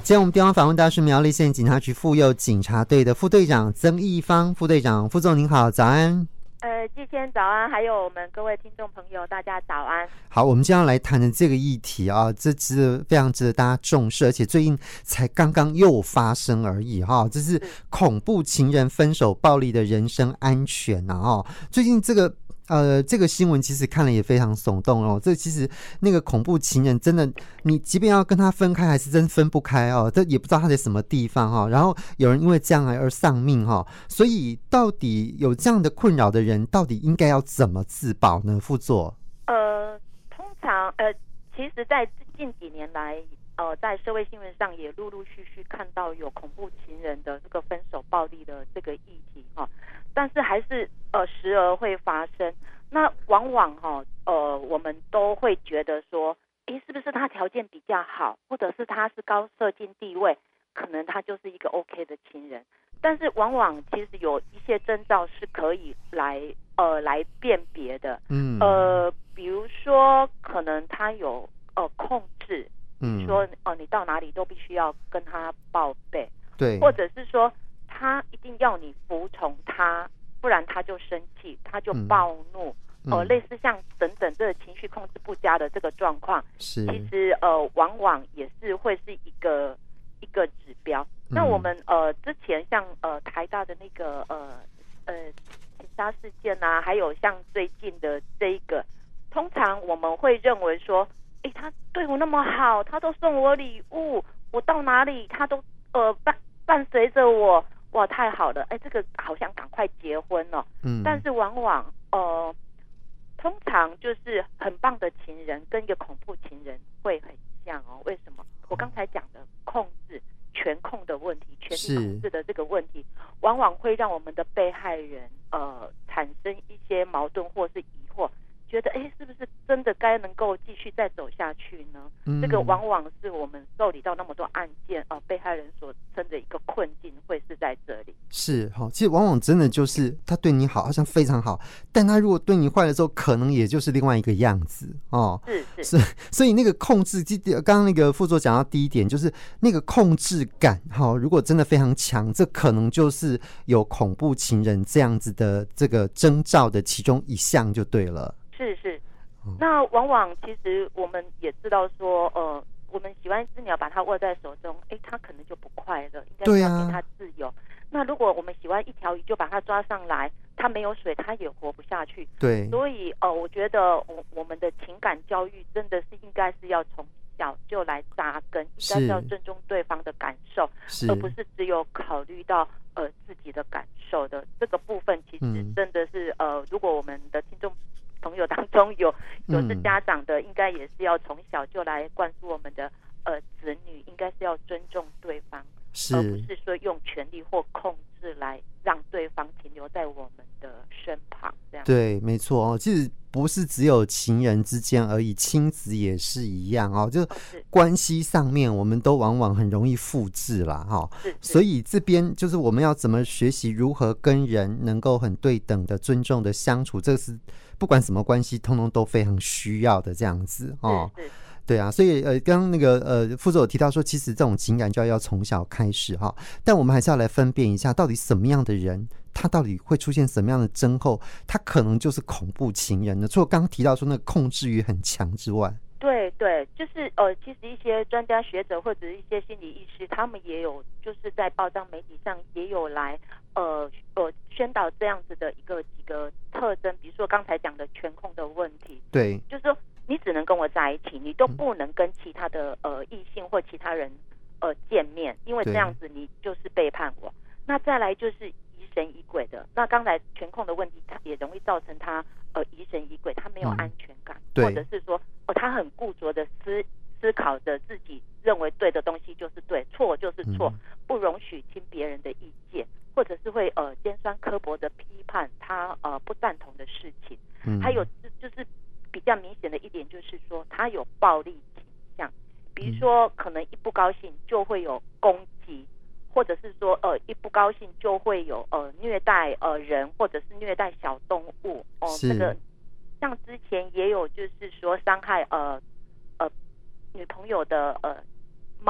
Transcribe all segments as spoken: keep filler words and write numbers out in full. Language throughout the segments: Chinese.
今天我们电话访问到是苗栗县警察局妇幼警察队的副队长曾义芳副队长。副总您好，早安。 呃，季先早安，还有我们各位听众朋友，大家早安。 好，我们今天要来谈的这个议题啊，这值得非常值得大家重视，而且最近才刚刚又发生而已哈，这是恐怖情人分手暴力的人身安全啊哈。最近这个。呃，这个新闻其实看了也非常耸动哦。这其实那个恐怖情人真的，你即便要跟他分开，还是真分不开哦。这也不知道他在什么地方哈、哦。然后有人因为这样而丧命哈、哦。所以到底有这样的困扰的人，到底应该要怎么自保呢？副座？ 呃，通常呃，其实，在近几年来，呃，在社会新闻上也陆陆续续看到有恐怖情人的这个分手暴力的这个议题哈。但是还是呃时而会发生，那往往哈、哦、呃我们都会觉得说，诶，是不是他条件比较好，或者是他是高社经地位，可能他就是一个 OK 的情人。但是往往其实有一些征兆是可以来呃来辨别的，嗯呃比如说可能他有呃控制，嗯说哦、呃、你到哪里都必须要跟他报备，对，或者是说。他一定要你服从他，不然他就生气，他就暴怒，嗯呃、类似像等等这个情绪控制不佳的这个状况，其实呃往往也是会是一个一个指标。嗯、那我们呃之前像呃台大的那个呃呃情杀事件啊，还有像最近的这一个，通常我们会认为说，哎，他对我那么好，他都送我礼物，我到哪里他都呃伴伴随着我。哇，太好了！哎，这个好像赶快结婚了。嗯，但是往往呃，通常就是很棒的情人跟一个恐怖情人会很像哦。为什么？我刚才讲的控制、权控的问题、权力控制的这个问题，往往会让我们的被害人呃产生一些矛盾或是疑惑，觉得哎，是不是真的该能够继续再走下去呢？嗯、这个往往是我们受理到那么多案件啊、呃，被害人所称的一个困境，会是在这里。是哈，其实往往真的就是他对你好，好像非常好，但他如果对你坏的时候，可能也就是另外一个样子哦。是是，所以那个控制，刚刚那个副座讲到第一点，就是那个控制感哈、哦，如果真的非常强，这可能就是有恐怖情人这样子的这个征兆的其中一项就对了。 是是，那往往其实我们也知道说，呃，我们喜欢一只鸟，把它握在手中，哎，它可能就不快乐，应该要给它自由。啊、那如果我们喜欢一条鱼，就把它抓上来，它没有水，它也活不下去。对，所以呃，我觉得我我们的情感教育真的是应该是要从小就来扎根，应该是要尊重对方的感受，而不是只有考虑到呃自己的感受的这个部分。其实真的是、嗯、呃，如果我们的听众朋友当中有有是家长的，嗯、应该也是要从小就来灌输我们的呃子女，应该是要尊重对方，而不是说用权力或控制来让对方停留在我们的身旁。这样对，没错哦。其实不是只有情人之间而已，亲子也是一样哦。就关系上面，我们都往往很容易复制啦哈、哦。所以这边就是我们要怎么学习如何跟人能够很对等的、尊重的相处，这是。不管什么关系，通通都非常需要的这样子哦。是是对啊，所以呃，刚刚那个呃，副座有提到说，其实这种情感教育要从小开始哈、哦。但我们还是要来分辨一下，到底什么样的人，他到底会出现什么样的征候，他可能就是恐怖情人呢？除了刚刚提到说那个控制欲很强之外。 对对，就是呃，其实一些专家学者或者一些心理医师，他们也有就是在报章媒体上也有来呃呃宣导这样子的一个几个特征，比如说刚才讲的权控的问题，对，就是说你只能跟我在一起，你都不能跟其他的呃异性或其他人呃见面，因为这样子你就是背叛我。那再来就是疑神疑鬼的，那刚才权控的问题，它也容易造成他呃疑神疑鬼，他没有安全感，嗯、或者是说哦他很固着的思思考着自己认为对的东西就是对，错就是错，嗯、不容许听别人的意见，或者是会呃尖酸刻薄的批判他呃不赞同的事情，嗯、还有就是比较明显的一点就是说他有暴力倾向，比如说可能一不高兴就会有攻击。或者是说呃一不高兴就会有呃虐待呃人或者是虐待小动物哦、呃，这个像之前也有就是说伤害呃呃女朋友的呃猫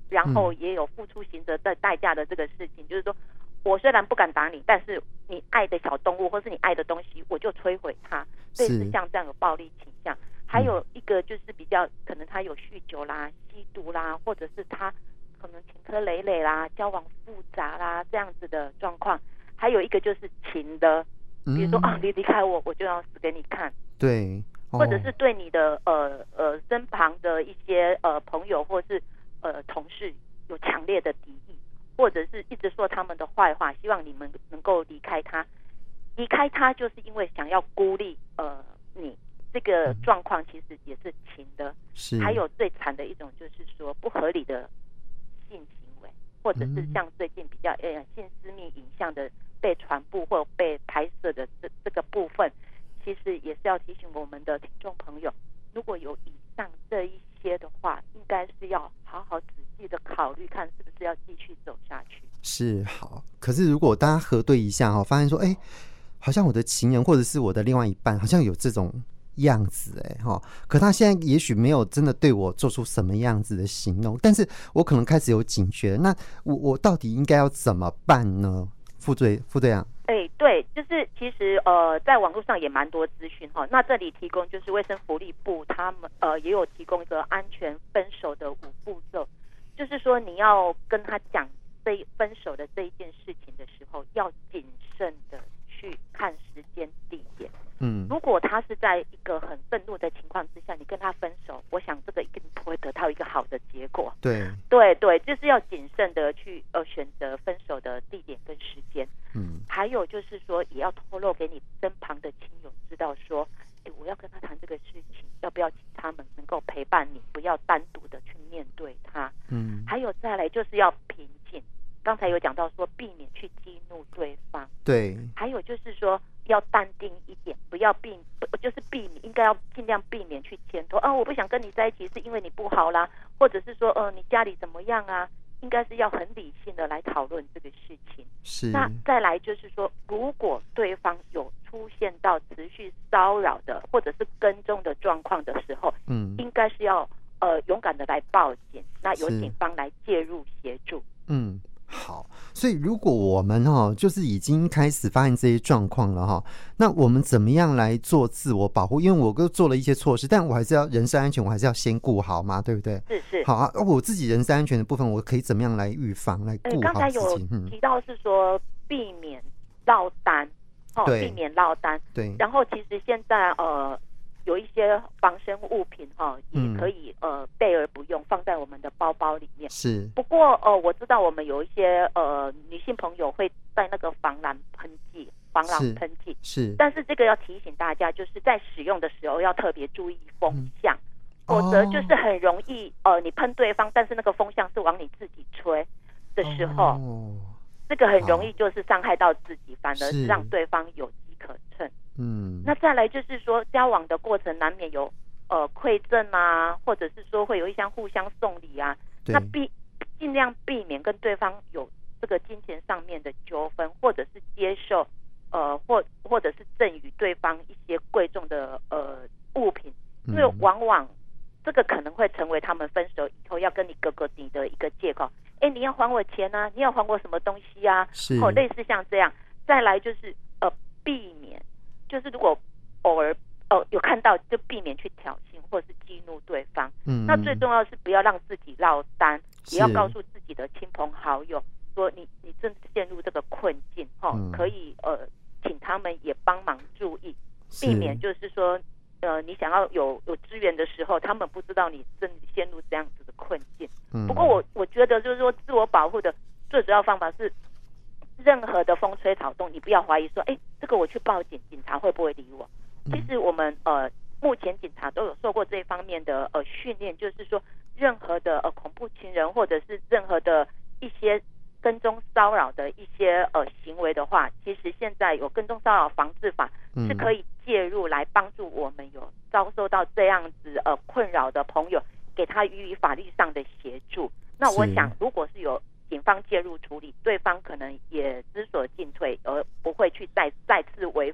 然后也有付出刑责的代价的这个事情，就是说我虽然不敢打你，但是你爱的小动物或是你爱的东西，我就摧毁它，类似像这样有暴力倾向。还有一个就是比较可能他有酗酒啦、吸毒啦，或者是他可能情科累累啦、交往复杂啦这样子的状况。还有一个就是情的，比如说、嗯、哦，你离开我，我就要死给你看。 对，哦、 或者是对你的呃呃身旁的一些呃朋友或是呃同事有强烈的敌意，或者是一直说他们的坏话，希望你们能够离开他。离开他就是因为想要孤立呃你。这个状况其实也是情的， 是还有最惨的一种就是说不合理的性行为，或者是像最近比较呃性私密影像的被传播或被拍摄的这这个部分，其实也是要提醒我们的听众朋友，如果有以上这一些的话，应该是要好好仔细的考虑，看是不是要继续走下去。 是好，可是如果大家核对一下哈、哦，发现说，哎，好像我的情人或者是我的另外一半，好像有这种样子哎哈，可他现在也许没有真的对我做出什么样子的行动，但是我可能开始有警觉，那我我到底应该要怎么办呢？副队副队长， 哎，对，就是其实呃，在网络上也蛮多资讯哈。那这里提供就是卫生福利部他们呃也有提供一个安全分手的五步骤，就是说你要跟他讲这分手的这一件事情的时候，要谨慎的去看时间地点。嗯，如果他是在一个很愤怒的情况之下，你跟他分手，我想这个一定不会得到一个好的结果。 对，对对，就是要谨慎的去呃选择分手的地点跟时间。嗯，还有就是说，也要透露给你身旁的亲友知道说，哎，我要跟他谈这个事情，要不要请他们能够陪伴你，不要单独的去面对他。嗯，还有再来就是要平静。刚才有讲到说，避免去激怒对方。 对， 还有就是说，要淡定一点，不要避，就是避免，应该要尽量避免去牵拖。哦，我不想跟你在一起，是因为你不好啦，或者是说，呃，你家里怎么样啊？应该是要很理性的来讨论这个事情。 是。 那再来就是说，如果对方有出现到持续骚扰的或者是跟踪的状况的时候，嗯，应该是要呃勇敢的来报警，那由警方来介入协助。 嗯。好，所以如果我们哈、哦、就是已经开始发现这些状况了哈、哦，那我们怎么样来做自我保护？因为我都做了一些措施，但我还是要人身安全，我还是要先顾好嘛，对不对？ 是是。 好啊，我自己人身安全的部分，我可以怎么样来预防、来顾好自己？ 刚才有提到是说避免落单，哦，避免落单。 对。 然后其实现在呃。有一些防身物品哈，也可以、嗯、呃备而不用，放在我们的包包里面。 是。 不过呃，我知道我们有一些呃女性朋友会带那个防狼喷剂、防狼喷剂。 是。 但是这个要提醒大家，就是在使用的时候要特别注意风向，嗯、否则就是很容易呃你喷对方，但是那个风向是往你自己吹的时候，哦、这个很容易就是伤害到自己，反而是让对方有机可乘。嗯，那再来就是说，交往的过程难免有呃馈赠啊，或者是说会有一些互相送礼啊，那避尽量避免跟对方有这个金钱上面的纠纷，或者是接受呃或或者是赠予对方一些贵重的呃物品，因为往往这个可能会成为他们分手以后要跟你哥哥你的一个借口。哎，你要还我钱啊，你要还我什么东西啊？ 是， 哦，类似像这样。再来就是呃避免。就是如果偶尔哦有看到，就避免去挑衅或者是激怒对方。嗯，那最重要是不要让自己落单，也要告诉自己的亲朋好友说你你正陷入这个困境哈、哦嗯，可以呃请他们也帮忙注意，避免就是说呃你想要有有资源的时候，他们不知道你正陷入这样子的困境。嗯，不过我我觉得就是说自我保护的最主要方法是。任何的风吹草动，你不要怀疑说，哎，这个我去报警，警察会不会理我？其实我们呃，目前警察都有受过这方面的呃训练，就是说，任何的呃恐怖情人或者是任何的一些跟踪骚扰的一些呃行为的话，其实现在有跟踪骚扰防治法是可以介入来帮助我们有遭受到这样子呃困扰的朋友，给他予以法律上的协助。那我想，如果是有警方介入处理，对方可能也知所进退，而不会去再再次违法，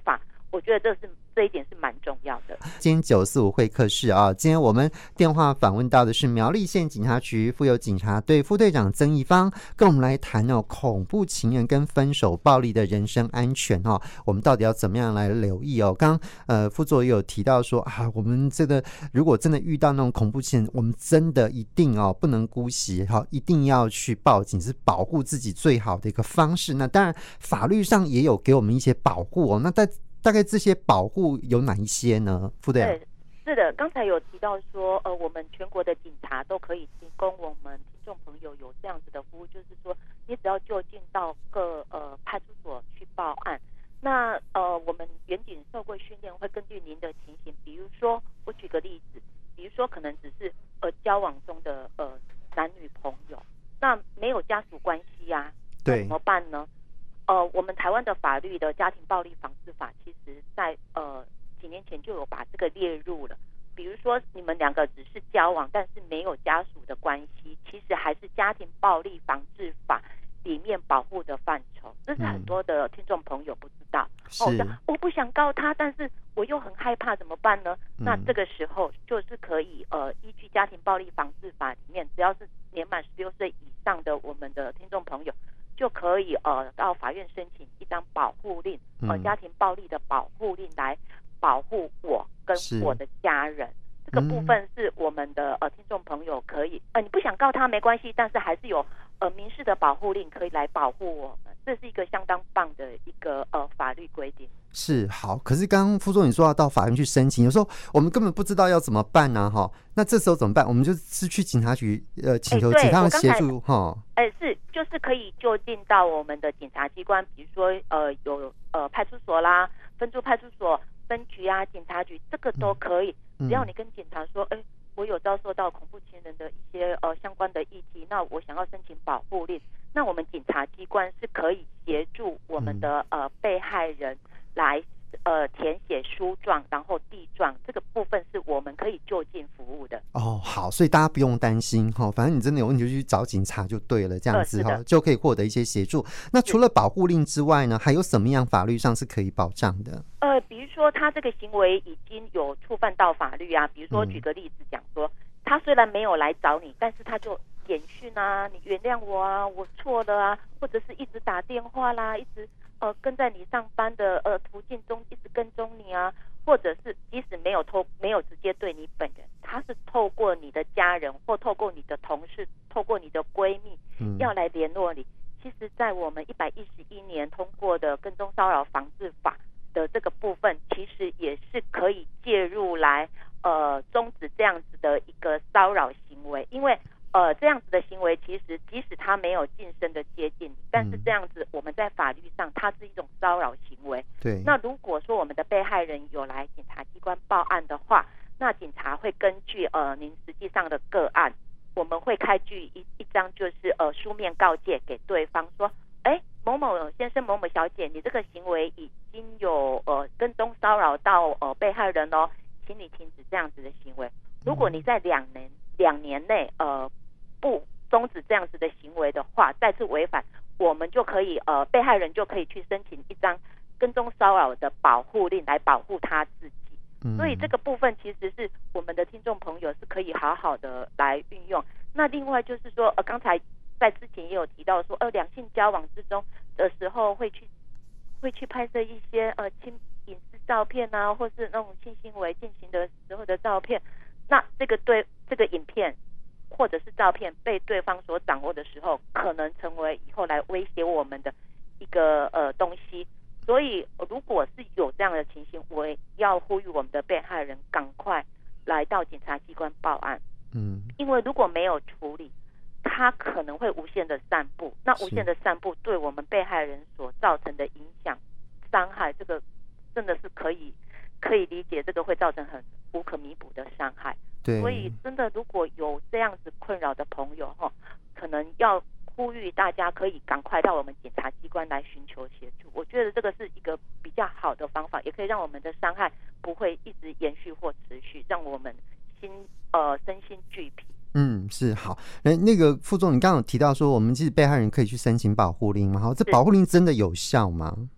我觉得这是这一点是蛮重要的。 今天九四五会客室啊，今天我们电话访问到的是苗栗县警察局妇幼警察队副队长曾一芳，跟我们来谈哦恐怖情人跟分手暴力的人身安全哦，我们到底要怎么样来留意哦？刚呃副座也有提到说啊，我们这个如果真的遇到那种恐怖情人，我们真的一定哦不能姑息，好，一定要去报警，是保护自己最好的一个方式。那当然法律上也有给我们一些保护哦，那在大概这些保护有哪一些呢？副队长？ 对，是的，刚才有提到说，呃，我们全国的警察都可以提供我们听众朋友有这样子的服务，就是说，你只要就近到各呃派出所去报案，那呃我们远警受过训练，会根据您的情形，比如说我举个例子，比如说可能只是呃交往中的呃男女朋友，那没有家属关系啊，那怎么办呢？呃，我们台湾的法律的家庭暴力防治法，其实在呃几年前就有把这个列入了。比如说你们两个只是交往，但是没有家属的关系，其实还是家庭暴力防治法里面保护的范畴。这是很多的听众朋友不知道。嗯、哦，我不想告他，但是我又很害怕，怎么办呢？嗯、那这个时候就是可以呃依据家庭暴力防治法里面，只要是年满十六岁以上的我们的听众朋友，就可以呃到法院申请一张保护令，呃家庭暴力的保护令来保护我跟我的家人。这个部分是我们的呃听众朋友可以呃你不想告他没关系，但是还是有呃民事的保护令可以来保护我们，这是一个相当棒的一个呃法律规定。 是好，可是刚刚副座你说要到法院去申请，有时候我们根本不知道要怎么办呢、啊、哈，那这时候怎么办？我们就是去警察局呃请求警察协助哈。 哎、欸，是就是可以就近到我们的警察机关，比如说呃有呃派出所啦、分驻派出所、分局啊、警察局，这个都可以。嗯、只要你跟警察说，哎、欸，我有遭受到恐怖情人的一些呃相关的议题，那我想要申请保护令，那我们警察机关是可以协助我们的、嗯、呃被害人来呃填写书状，然后递状，这个部分是我们可以就近服务的。 哦，好，所以大家不用担心哈，反正你真的有问题就去找警察就对了，这样子哈、呃、就可以获得一些协助。那除了保护令之外呢，还有什么样法律上是可以保障的？ 呃，比如说他这个行为已经有触犯到法律啊，比如说举个例子讲说，嗯、他虽然没有来找你，但是他就简讯啊，你原谅我啊，我错了啊，或者是一直打电话啦，一直呃跟在你上班的呃途径中一直跟踪你啊，或者是即使没有透没有直接对你本人，他是透过你的家人或透过你的同事，透过你的闺蜜、嗯、要来联络你。其实在我们一百一十一年通过的跟踪骚扰防治法的这个部分，其实也是可以介入来呃终止这样子的一个骚扰行为。因为呃这样子的行为其实即使他没有近身的接近你，但是这样子我们在法律上它是一种骚扰行为。 对。 那如果说我们的被害人有来检察机关报案的话，那警察会根据呃您实际上的个案，我们会开具一一张就是呃书面告诫给对方说，哎，某某先生、某某小姐，你这个行为已经有呃跟踪骚扰到呃被害人哦，请你停止这样子的行为。如果你在两年两年内呃不终止这样子的行为的话，再次违反，我们就可以呃被害人就可以去申请一张跟踪骚扰的保护令来保护他自己。所以这个部分其实是我们的听众朋友是可以好好的来运用。那另外就是说，呃，刚才在之前也有提到说，呃，两性交往之中的时候会去会去拍摄一些呃亲隐私照片啊，或是那种性行为进行的时候的照片。那这个对这个影片或者是照片被对方所掌握的时候，可能成为以后来威胁我们的一个呃东西。所以如果是有这样的情形，我要呼吁我们的被害人赶快来到警察机关报案。嗯，因为如果没有处理，他可能会无限的散布，那无限的散布对我们被害人所造成的影响伤害，这个真的是可以可以理解，这个会造成很无可弥补的伤害。 对， 所以真的如果有这样子困扰的朋友哈，可能要呼吁大家可以赶快到我们检察机关来寻求协助。我觉得这个是一个比较好的方法，也可以让我们的伤害不会一直延续或持续，让我们心呃身心俱疲。 嗯，是好。那那个副总，你刚刚有提到说，我们其实被害人可以去申请保护令嘛？好，这保护令真的有效吗？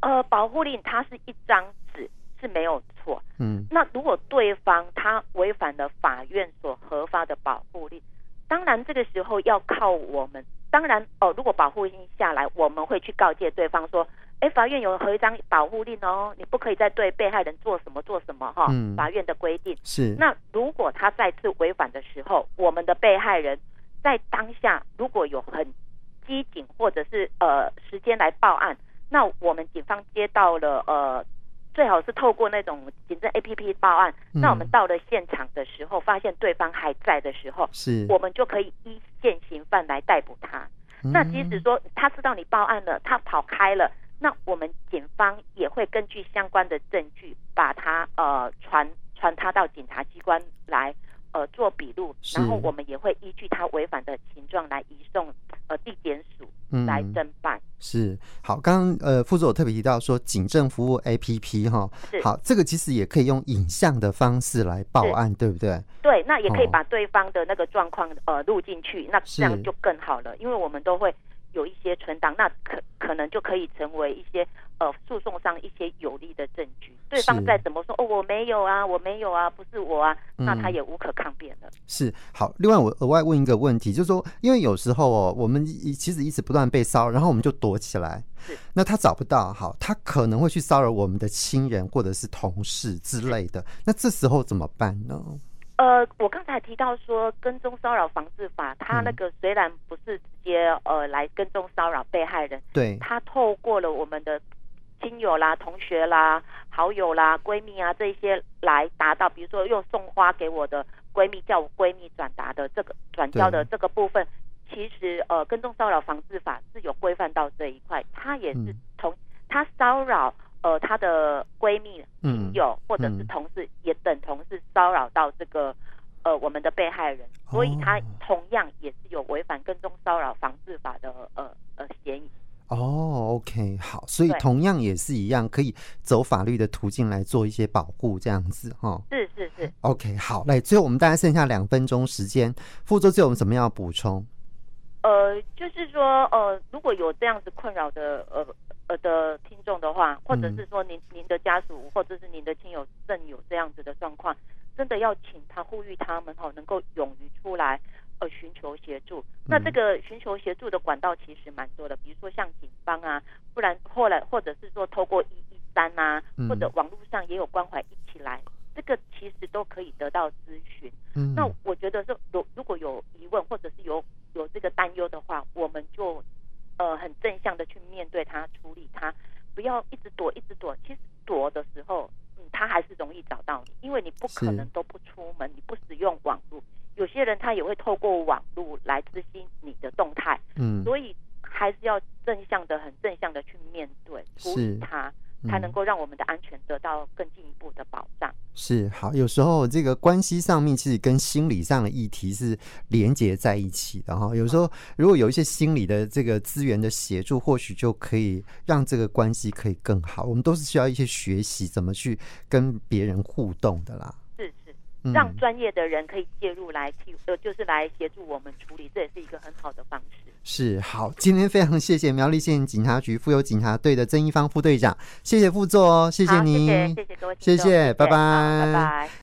呃，保护令它是一张纸是没有错，嗯，那如果对方他违反了法院所核发的保护令，当然这个时候要靠我们，当然哦，如果保护令下来，我们会去告诫对方说，哎，法院有核一张保护令哦，你不可以再对被害人做什么做什么哈、嗯，法院的规定是。 那如果他再次违反的时候，我们的被害人在当下如果有很机警或者是呃时间来报案，那我们警方接到了呃，最好是透过那种警政 A P P 报案、嗯。那我们到了现场的时候，发现对方还在的时候， 是我们就可以依现行犯来逮捕他。嗯、那即使说他知道你报案了，他跑开了，那我们警方也会根据相关的证据，把他呃传传他到检察机关来。呃，做笔录，然后我们也会依据他违反的情状来移送呃地检署来侦办。嗯、 是好，刚刚呃副座有特别提到说警政服务 A P P 哈，好，这个其实也可以用影像的方式来报案，对不对？ 对，那也可以把对方的那个状况呃录进去，那这样就更好了，因为我们都会有一些存档，那可可能就可以成为一些呃诉讼上一些有利的证据。对方再怎么说哦我没有啊，我没有啊，不是我啊，那他也无可抗辩了。嗯、 是好，另外我额外问一个问题，就是说，因为有时候哦，我们其实一直不断被骚扰，然后我们就躲起来， 是那他找不到，好，他可能会去骚扰我们的亲人或者是同事之类的，那这时候怎么办呢？ 呃，我刚才提到说跟踪骚扰防治法，它那个虽然不是直接呃来跟踪骚扰被害人， 对， 它透过了我们的亲友啦、同学啦、好友啦、闺蜜啊这些来达到，比如说用送花给我的闺蜜，叫我闺蜜转达的这个转交的这个部分，其实呃跟踪骚扰防治法是有规范到这一块，它也是同它骚扰。呃，她的闺蜜、亲友或者是同事，嗯、也等同是骚扰到这个呃我们的被害人，哦、所以她同样也是有违反跟踪骚扰防治法的呃呃嫌疑。 哦 ，OK， 好，所以同样也是一样，可以走法律的途径来做一些保护，这样子哈。 是是是。 OK， 好，来，最后我们大概剩下两分钟时间，副座最后我们怎么样补充？ 呃，就是说，呃，如果有这样子困扰的呃呃的听众的话，或者是说您您的家属或者是您的亲友正有这样子的状况，真的要请他呼吁他们哈、哦，能够勇于出来呃寻求协助。那这个寻求协助的管道其实蛮多的，比如说像警方啊，不然后来或者是说透过一一三啊，或者网络上也有关怀一起来。这个其实都可以得到咨询。嗯，那我觉得是如如果有疑问或者是有有这个担忧的话，我们就呃很正向的去面对它，处理它，不要一直躲一直躲。其实躲的时候，嗯，他还是容易找到你，因为你不可能都不出门，你不使用网络。有些人他也会透过网络来知悉你的动态。嗯，所以还是要正向的、很正向的去面对，处理它。才能够让我们的安全得到更进一步的保障。 是好，有时候这个关系上面其实跟心理上的议题是连结在一起的哈。有时候如果有一些心理的这个资源的协助，或许就可以让这个关系可以更好。我们都是需要一些学习怎么去跟别人互动的啦。 是是，让专业的人可以介入来替呃，就是来协助我们处理，这也是一个很好的方式。 是好，今天非常谢谢苗栗县警察局妇幼警察队的曾一芳副队长，谢谢副座哦，谢谢您， 谢谢谢谢各位听众， 谢谢，拜拜， 拜拜。